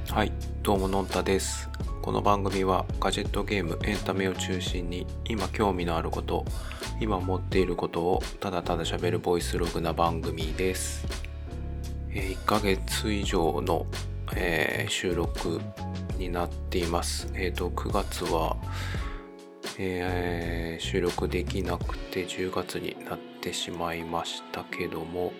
はい、どうものんたです。この番組はガジェットゲームエンタメを中心に今興味のあること、今思っていることをただただ喋るボイスログな番組です。1ヶ月以上の、収録になっています。9月は、収録できなくて10月になってしまいましたけども、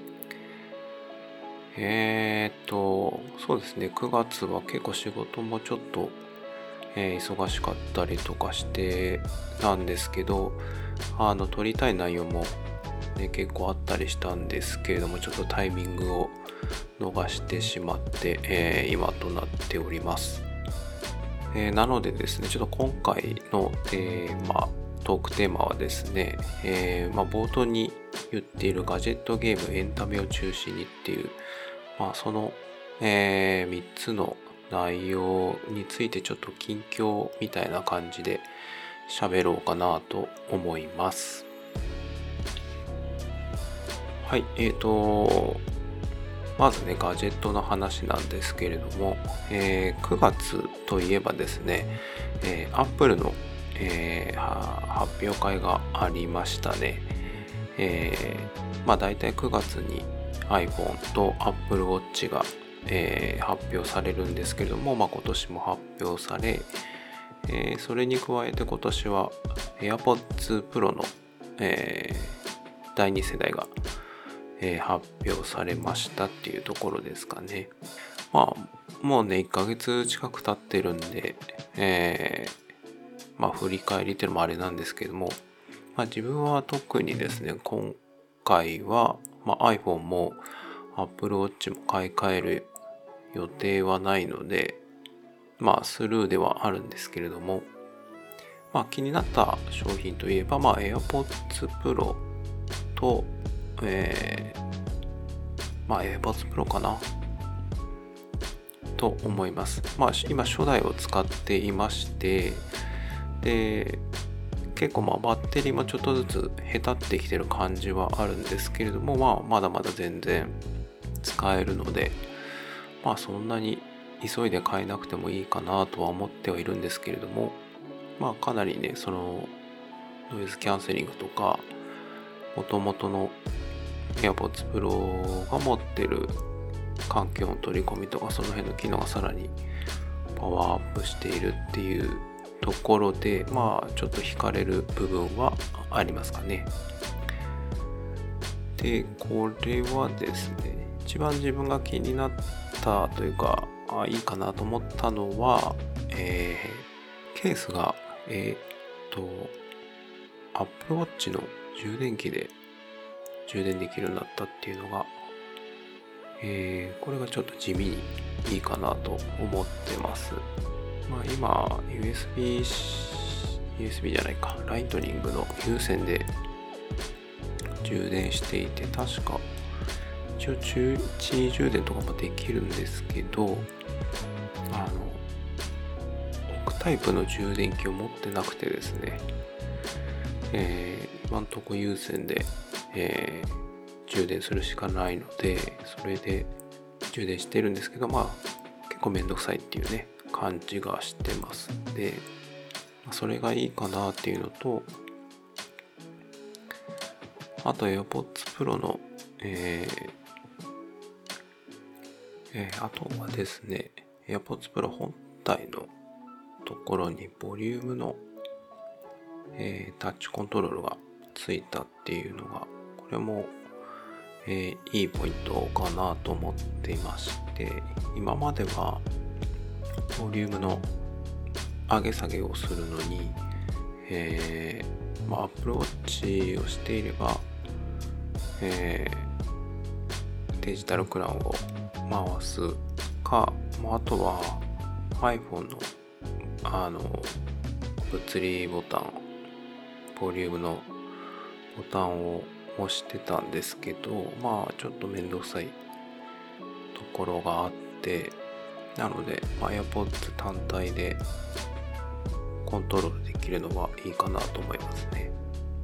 そうですね、9月は結構仕事もちょっと、忙しかったりとかしてなんですけど、撮りたい内容も、ね、結構あったりしたんですけれども、ちょっとタイミングを逃してしまって、今となっております。なのでですね、ちょっと今回のトークテーマはですね、冒頭に言っているガジェットゲームエンタメを中心にっていう、その、3つの内容についてちょっと近況みたいな感じで喋ろうかなと思います。はい、まずね、ガジェットの話なんですけれども、9月といえばですね、Apple の、発表会がありましたね。だいたい9月に iPhone と Apple Watch が、発表されるんですけれども、今年も発表され、それに加えて今年は AirPods Pro の、第2世代が、発表されましたっていうところですかね。もうね、1ヶ月近く経ってるんで、振り返りっていうのもあれなんですけども、自分は特にですね、今回は、iPhone も Apple Watch も買い替える予定はないので、スルーではあるんですけれども、気になった商品といえば、AirPods Pro と、AirPods Pro かなと思います。今初代を使っていまして、で、結構バッテリーもちょっとずつへたってきてる感じはあるんですけれども、まだまだ全然使えるので、そんなに急いで買えなくてもいいかなとは思ってはいるんですけれども、かなりね、そのノイズキャンセリングとか、元々の AirPods Pro が持ってる環境の取り込みとか、その辺の機能がさらにパワーアップしているっていうところで、ちょっと惹かれる部分はありますかね。で、これはですね、一番自分が気になったというか、いいかなと思ったのは、ケースが、Apple Watch の充電器で充電できるようになったっていうのが、これがちょっと地味にいいかなと思ってます。今 USB じゃないか、ライトニングの有線で充電していて、確か一応中置充電とかもできるんですけど、置くタイプの充電器を持ってなくてですね、今んとこ有線で、充電するしかないので、それで充電してるんですけど、結構めんどくさいっていうね感じがしてますので、それがいいかなっていうのと、あと AirPods Pro の、あとはですね、AirPods Pro 本体のところにボリュームの、タッチコントロールがついたっていうのが、これも、いいポイントかなと思っていまして、今まではボリュームの上げ下げをするのに、Apple Watch をしていれば、デジタルクラウンを回すか、あとは iPhone の物理ボタン、ボリュームのボタンを押してたんですけど、ちょっとめんどくさいところがあって、なので、AirPods 単体でコントロールできるのはいいかなと思いますね。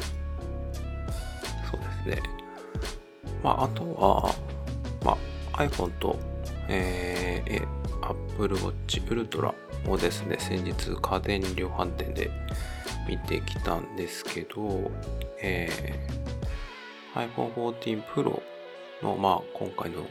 そうですね。あとは、iPhone と、Apple Apple Watch Ultra をですね、先日家電量販店で見てきたんですけど、iPhone 14 Pro の、今回の、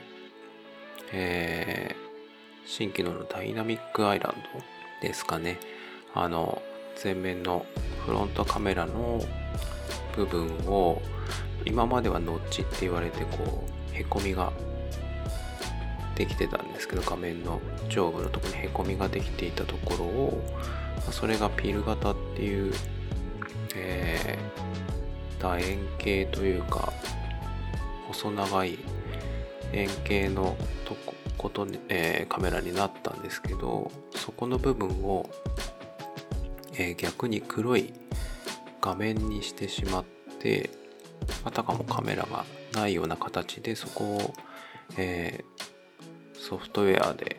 新機能のダイナミックアイランドですかね。前面のフロントカメラの部分を今まではノッチって言われてへこみができてたんですけど、画面の上部のところにへこみができていたところを、それがピル型っていう、楕円形というか細長い円形のカメラになったんですけど、そこの部分を、逆に黒い画面にしてしまって、あたかもカメラがないような形でそこを、ソフトウェアで、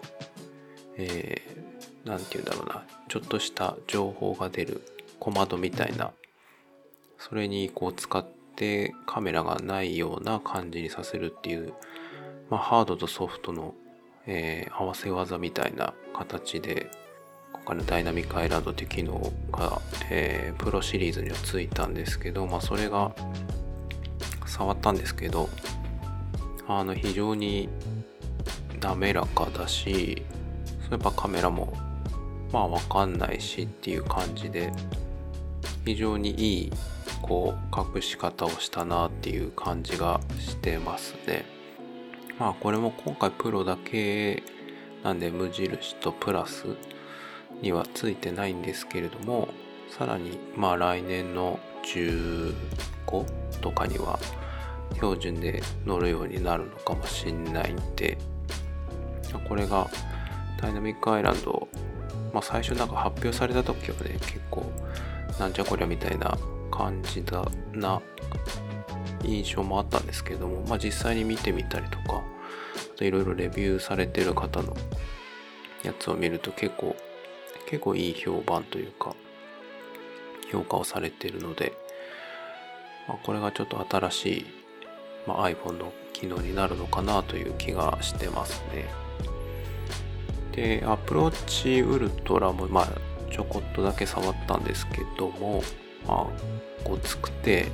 なんていうんだろうな、ちょっとした情報が出る小窓みたいな、それに使ってカメラがないような感じにさせるっていう、ハードとソフトの、合わせ技みたいな形で、今回のダイナミックアイランドっていう機能が、プロシリーズにはついたんですけど、それが触ったんですけど、非常に滑らかだし、やっぱカメラもわかんないしっていう感じで、非常にいい隠し方をしたなっていう感じがしてますね。これも今回プロだけなんで無印とプラスにはついてないんですけれども、さらに来年の15とかには標準で乗るようになるのかもしれないんで、これがダイナミックアイランド、最初発表された時はね、結構なんじゃこりゃみたいな感じな印象もあったんですけども、実際に見てみたりとか、いろいろレビューされてる方のやつを見ると結構いい評判というか評価をされているので、これがちょっと新しい、iPhone の機能になるのかなという気がしてますね。で、Apple Watch Ultra もちょこっとだけ触ったんですけども、ごつくて、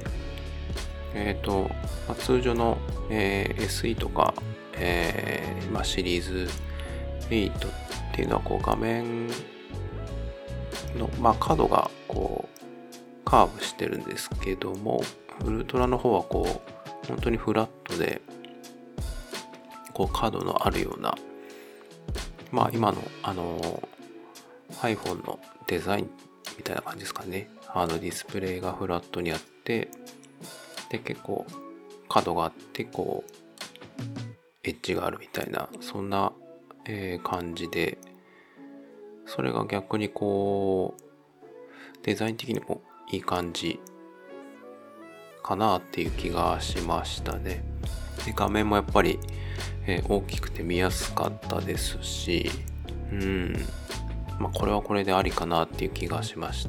通常の、SE とか、シリーズ8っていうのは画面の、角がカーブしてるんですけども、ウルトラの方は本当にフラットで角のあるような、今のiPhone のデザインみたいな感じですかね。ディスプレイがフラットにあって、で結構角があってエッジがあるみたいな、そんな、感じで、それが逆にデザイン的にもいい感じかなっていう気がしましたね。で画面もやっぱり、大きくて見やすかったですし、これはこれでありかなっていう気がしました。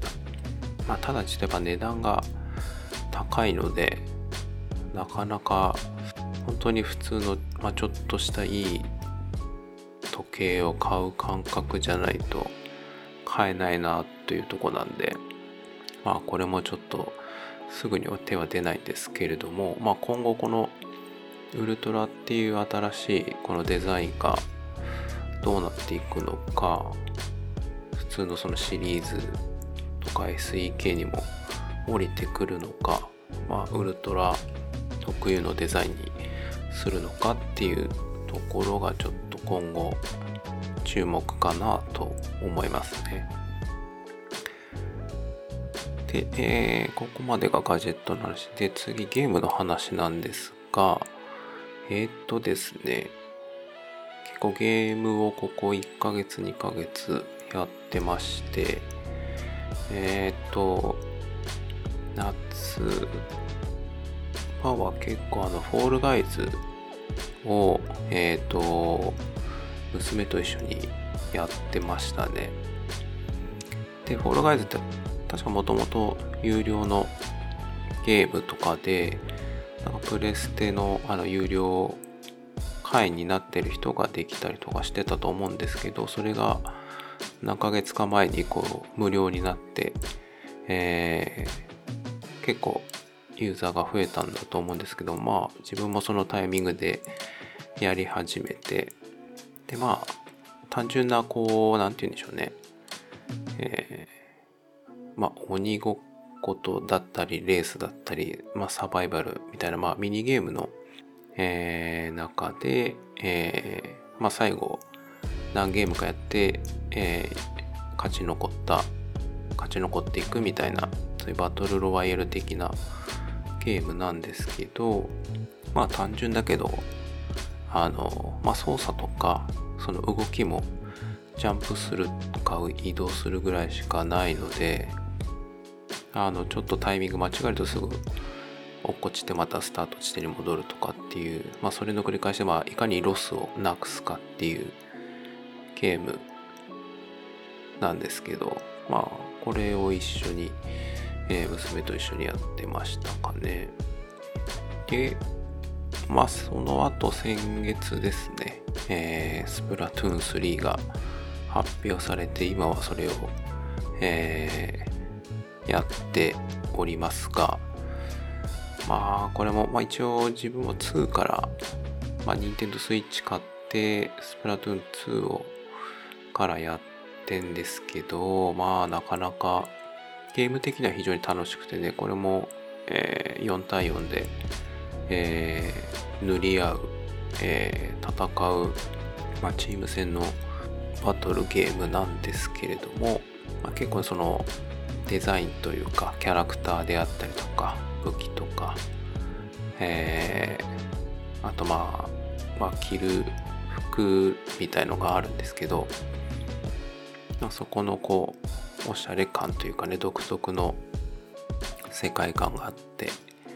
ただちょっとやっぱ値段が高いので、なかなか本当に普通の、ちょっとしたいい時計を買う感覚じゃないと買えないなというとこなんで、これもちょっとすぐには手は出ないんですけれども、今後このウルトラっていう新しいこのデザインがどうなっていくのか、普通のそのシリーズとか SE 系にも降りてくるのか、ウルトラ特有のデザインにするのかっていうところがちょっと今後注目かなと思いますね。で、ここまでがガジェットの話で、次ゲームの話なんですが、ですね、結構ゲームをここ1ヶ月2ヶ月やってまして、夏場は結構フォールガイズを娘と一緒にやってましたね。で、フォールガイズって確かもともと有料のゲームとかで、プレステの有料会員になってる人ができたりとかしてたと思うんですけど、それが何ヶ月か前に無料になって、結構ユーザーが増えたんだと思うんですけど、自分もそのタイミングでやり始めて、で単純ななんて言うんでしょうね、鬼ごっことだったりレースだったり、サバイバルみたいな、ミニゲームの、中で、最後何ゲームかやって、勝ち残っていくみたいな、そういうバトルロワイヤル的なゲームなんですけど、単純だけど操作とかその動きもジャンプするとか移動するぐらいしかないので、ちょっとタイミング間違えるとすぐ落っこちてまたスタート地点に戻るとかっていう、それの繰り返しで、いかにロスをなくすかっていうゲームなんですけど、これを一緒に、娘と一緒にやってましたかね。で、その後先月ですね、スプラトゥーン3が発表されて、今はそれを、やっておりますが、これも、一応自分は2から、任天堂スイッチ買ってスプラトゥーン2をからやってんですけど、なかなかゲーム的には非常に楽しくてね、これも、4対4で、塗り合う、戦う、チーム戦のバトルゲームなんですけれども、結構そのデザインというかキャラクターであったりとか武器とか、あと着る服みたいのがあるんですけど、そこのおしゃれ感というかね、独特の世界観があって、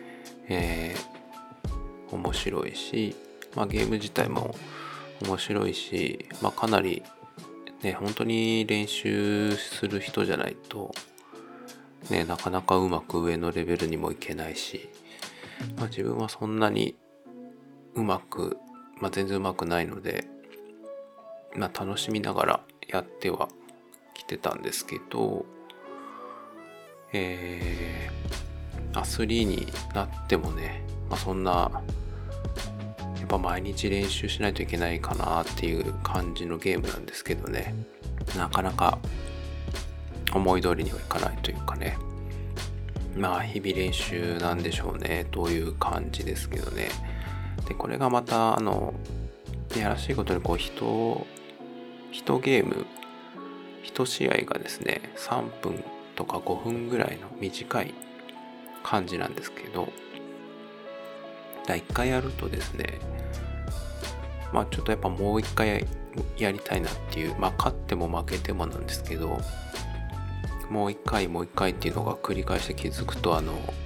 面白いし、ゲーム自体も面白いし、かなりね、本当に練習する人じゃないとね、なかなかうまく上のレベルにもいけないし、自分はそんなにうまく、全然うまくないので、楽しみながらやってはきてたんですけど、3になってもね、そんなやっぱ毎日練習しないといけないかなっていう感じのゲームなんですけどね、なかなか思い通りにはいかないというかね、日々練習なんでしょうねという感じですけどね。でこれがまたやらしいことに1ゲーム1試合がですね3分とか5分ぐらいの短い感じなんですけど、1回やるとですね、ちょっとやっぱもう1回やりたいなっていう、勝っても負けてもなんですけど、もう一回っていうのが繰り返して気づくと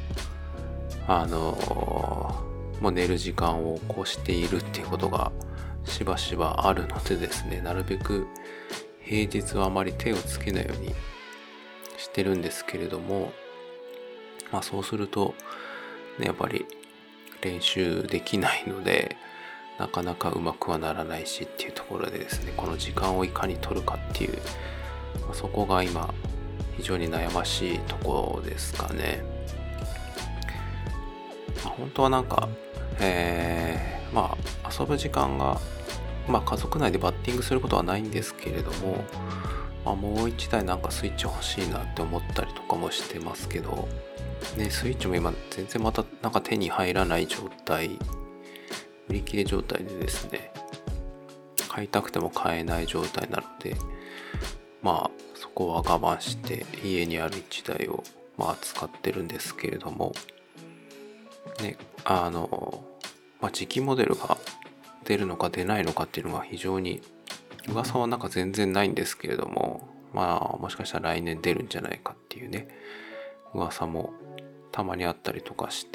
もう寝る時間を越しているっていうことがしばしばあるのでですね、なるべく平日はあまり手をつけないようにしてるんですけれども、そうするとね、やっぱり練習できないのでなかなかうまくはならないしっていうところでですね、この時間をいかに取るかっていう、そこが今非常に悩ましいところですかね。本当は遊ぶ時間が、家族内でバッティングすることはないんですけれども、もう一台スイッチ欲しいなって思ったりとかもしてますけど、ね、スイッチも今全然また手に入らない状態、売り切れ状態でですね、買いたくても買えない状態なので、そこは我慢して家にある1台を使ってるんですけれどもね、次期モデルが出るのか出ないのかっていうのが非常に噂は全然ないんですけれども、もしかしたら来年出るんじゃないかっていうね噂もたまにあったりとかして、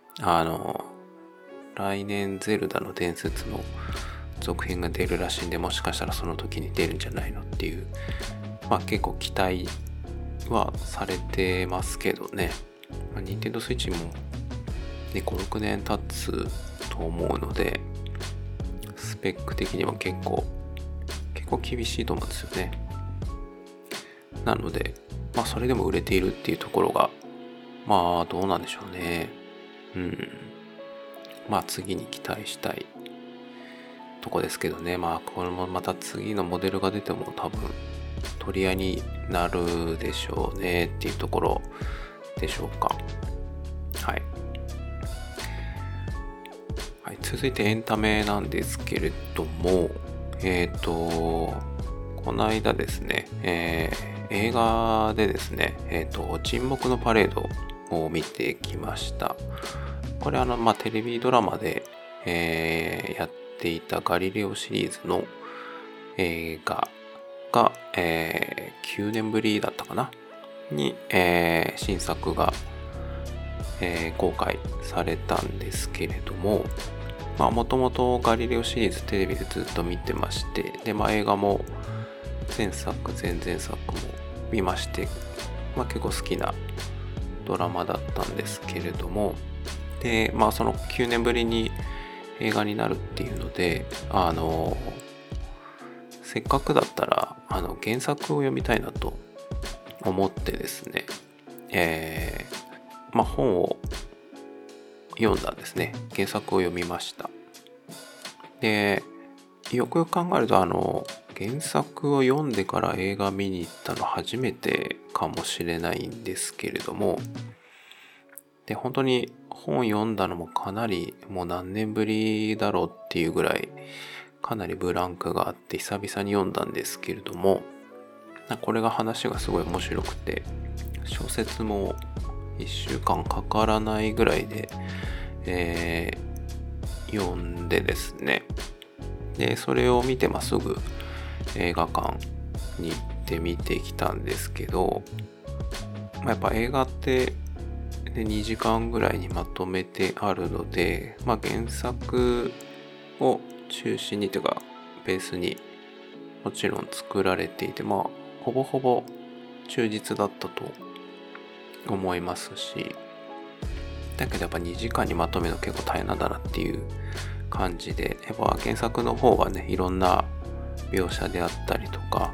来年ゼルダの伝説の続編が出るらしいんで、もしかしたらその時に出るんじゃないのっていう、結構期待はされてますけどね。任天堂スイッチも、5、6年経つと思うので、 ペック的には結構厳しいと思うんですよね。なので、それでも売れているっていうところが、どうなんでしょうね。次に期待したいとこですけどね。これもまた次のモデルが出ても多分取り合いになるでしょうねっていうところでしょうか。はい。続いてエンタメなんですけれども、この間ですね、映画でですね、沈黙のパレードを見てきました。これテレビドラマで、やっていたガリレオシリーズの映画が、9年ぶりだったかなに、新作が、公開されたんですけれども、もともとガリレオシリーズテレビでずっと見てまして、で、映画も前作前々作も見まして、結構好きなドラマだったんですけれども、で、その9年ぶりに映画になるっていうので、せっかくだったら原作を読みたいなと思ってですね、本を読んだんですね。原作を読みました。で、よくよく考えると原作を読んでから映画見に行ったの初めてかもしれないんですけれども、で、本当に本読んだのもかなりもう何年ぶりだろうっていうぐらいかなりブランクがあって久々に読んだんですけれども、これが話がすごい面白くて、小説も1週間かからないぐらいで、読んでですね、でそれを見てすぐ映画館に行って見てきたんですけど、やっぱ映画って2時間ぐらいにまとめてあるので、原作を中心にというかベースにもちろん作られていて、ほぼほぼ忠実だったと思いますし、だけどやっぱ2時間にまとめるの結構大変なんだなっていう感じで、やっぱ原作の方はね、いろんな描写であったりとか、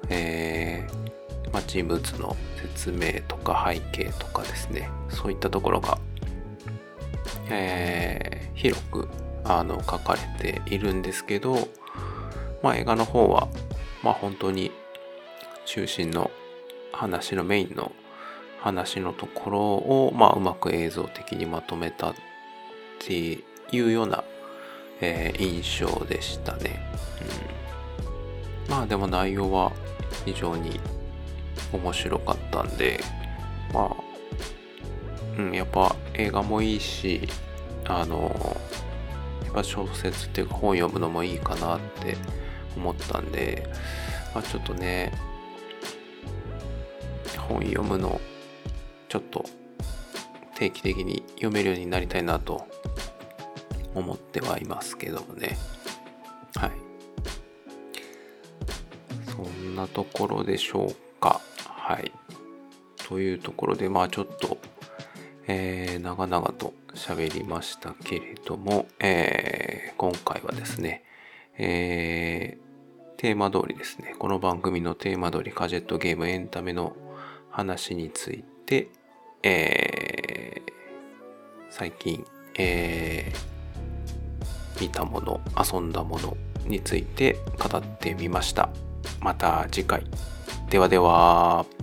人物の説明とか背景とかですね、そういったところが、広く書かれているんですけど、映画の方は本当に中心の話のメインの話のところをうまく映像的にまとめたっていうような、印象でしたね。でも内容は非常に面白かったんで、やっぱ映画もいいし、やっぱ小説っていうか本読むのもいいかなって思ったんで、ちょっとね、本読むのちょっと定期的に読めるようになりたいなと思ってはいますけどもね。はい。そんなところでしょうか。はい。というところで、ちょっと、長々と喋りましたけれども、今回はですね、テーマ通りですね、この番組のテーマ通りガジェットゲームエンタメの話について、最近、見たもの、遊んだものについて語ってみました。また次回。ではでは。